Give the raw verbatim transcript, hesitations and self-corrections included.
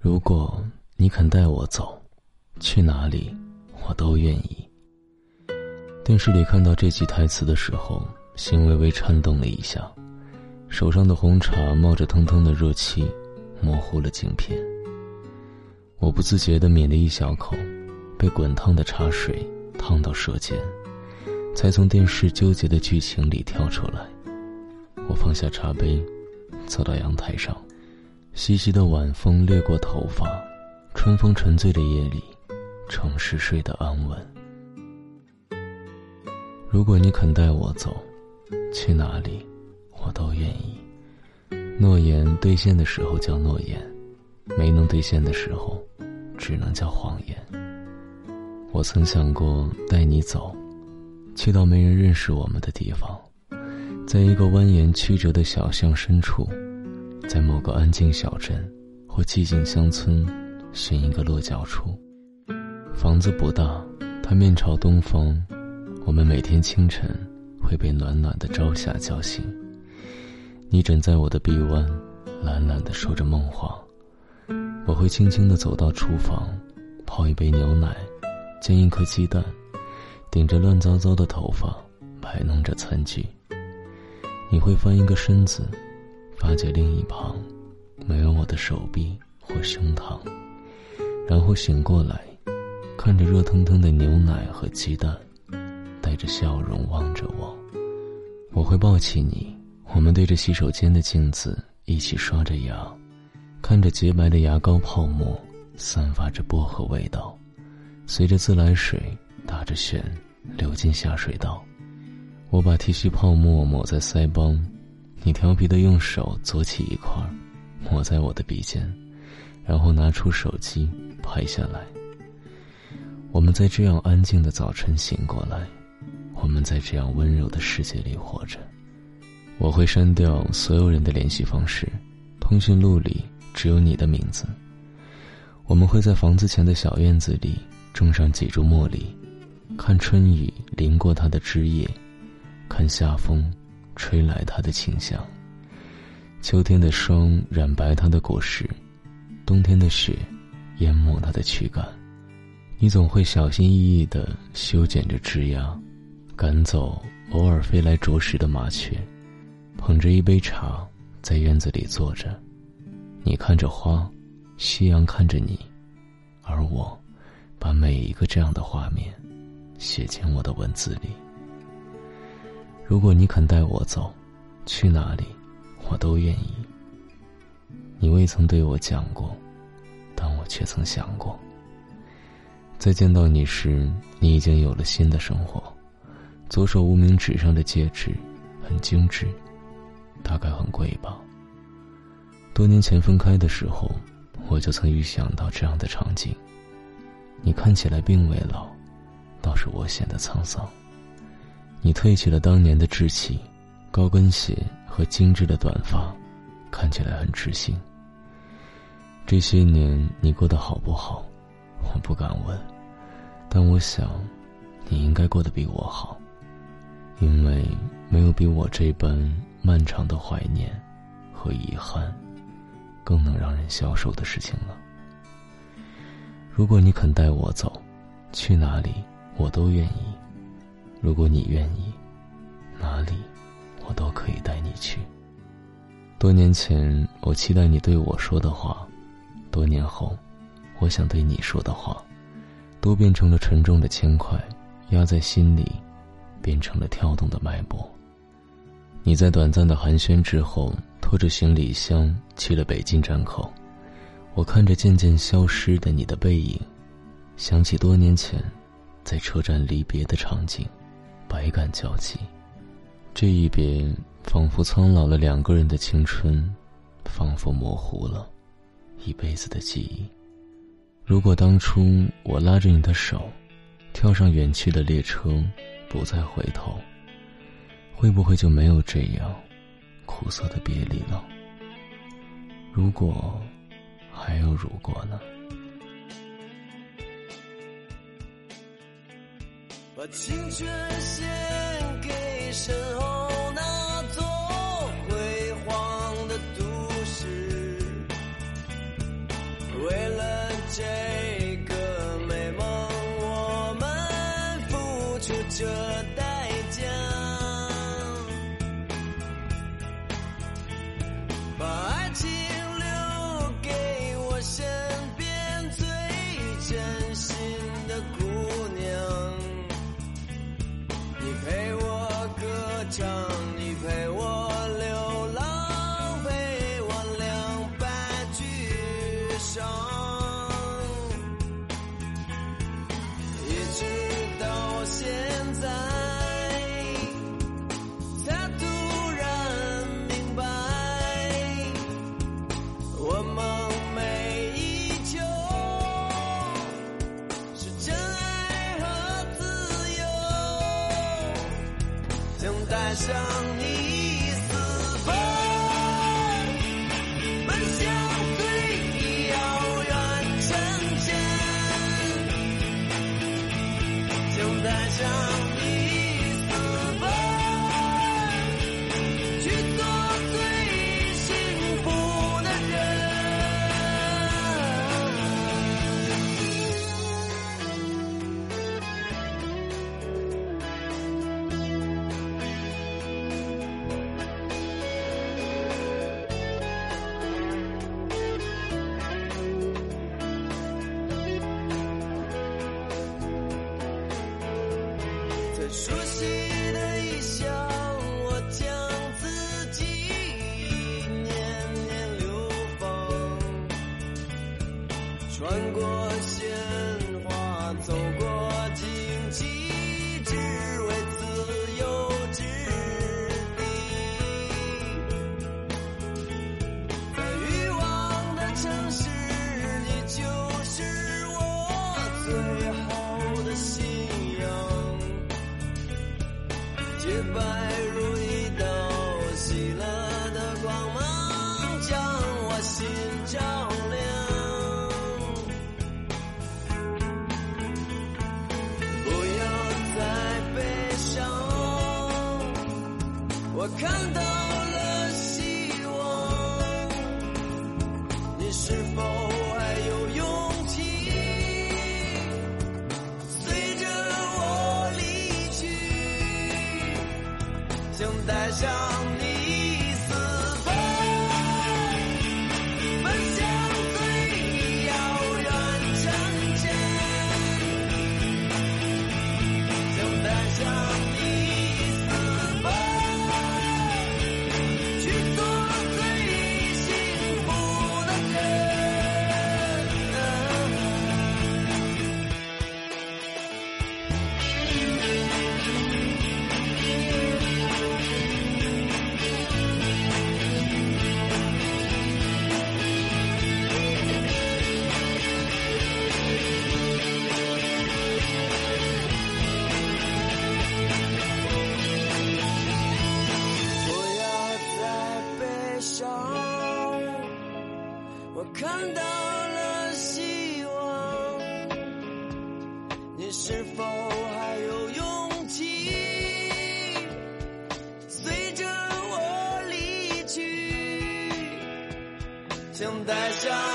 如果你肯带我走，去哪里我都愿意。电视里看到这句台词的时候，心微微颤动了一下，手上的红茶冒着腾腾的热气，模糊了镜片。我不自觉地抿了一小口，被滚烫的茶水烫到舌尖，才从电视纠结的剧情里跳出来。我放下茶杯，走到阳台上，习习的晚风掠过头发，春风沉醉的夜里，城市睡得安稳。如果你肯带我走，去哪里我都愿意。诺言兑现的时候叫诺言，没能兑现的时候只能叫谎言。我曾想过带你走，去到没人认识我们的地方，在一个蜿蜒曲折的小巷深处，在某个安静小镇或寂静乡村寻一个落脚处。房子不大，它面朝东方，我们每天清晨会被暖暖的朝霞叫醒。你枕在我的臂弯，懒懒地说着梦话。我会轻轻地走到厨房，泡一杯牛奶，煎一颗鸡蛋，顶着乱糟糟的头发摆弄着餐具。你会翻一个身子，发觉另一旁没有我的手臂或胸膛，然后醒过来，看着热腾腾的牛奶和鸡蛋，带着笑容望着我。我会抱起你，我们对着洗手间的镜子一起刷着牙，看着洁白的牙膏泡沫散发着薄荷味道，随着自来水打着旋流进下水道。我把剃须泡沫抹在腮帮，你调皮地用手左起一块抹在我的鼻尖，然后拿出手机拍下来。我们在这样安静的早晨醒过来，我们在这样温柔的世界里活着。我会删掉所有人的联系方式，通讯录里只有你的名字。我们会在房子前的小院子里种上几株茉莉，看春雨淋过它的枝叶，看夏风吹来它的清香。秋天的霜染白它的果实，冬天的雪淹没它的躯干。你总会小心翼翼地修剪着枝桠，赶走偶尔飞来啄食的麻雀，捧着一杯茶在院子里坐着。你看着花，夕阳看着你，而我把每一个这样的画面写进我的文字里。如果你肯带我走，去哪里我都愿意。你未曾对我讲过，但我却曾想过。在见到你时，你已经有了新的生活。左手无名指上的戒指很精致，大概很贵吧。多年前分开的时候，我就曾预想到这样的场景。你看起来并未老，倒是我显得沧桑。你褪去了当年的稚气，高跟鞋和精致的短发看起来很知性。这些年你过得好不好，我不敢问，但我想你应该过得比我好，因为没有比我这般漫长的怀念和遗憾更能让人消瘦的事情了。如果你肯带我走，去哪里我都愿意。如果你愿意，哪里我都可以带你去。多年前我期待你对我说的话，多年后我想对你说的话，都变成了沉重的铅块，压在心里，变成了跳动的脉搏。你在短暂的寒暄之后，拖着行李箱去了北京站口。我看着渐渐消失的你的背影，想起多年前在车站离别的场景，百感交集。这一别仿佛苍老了两个人的青春，仿佛模糊了一辈子的记忆。如果当初我拉着你的手，跳上远去的列车，不再回头，会不会就没有这样苦涩的别离了？如果还有如果呢？ 把青春献给身后那座辉煌的都市， 为了这个美梦，我们付出着代价，把爱情留给我身边最真心的姑娘。你陪我歌唱，你陪我流浪，陪我两败俱伤，一直到现在才突然明白，我梦寐以求是真爱和自由，想带上你私奔，奔向最遥远城镇，想带上你私奔，去做最幸福的人。最熟悉的异乡，我将自己年年流放，穿过鲜花，走过荆棘，只为自由之地。在欲望的城市，你就是我最好的信仰。洁白如一道熄了的光芒，将我心照亮。不要再悲伤，我看到了希望。你是否还有勇气随着我离去，想带上你私奔，奔向最遥远城镇，想带上你私奔，去做最幸福的人。我看到了希望，你是否还有勇气随着我离去，想带上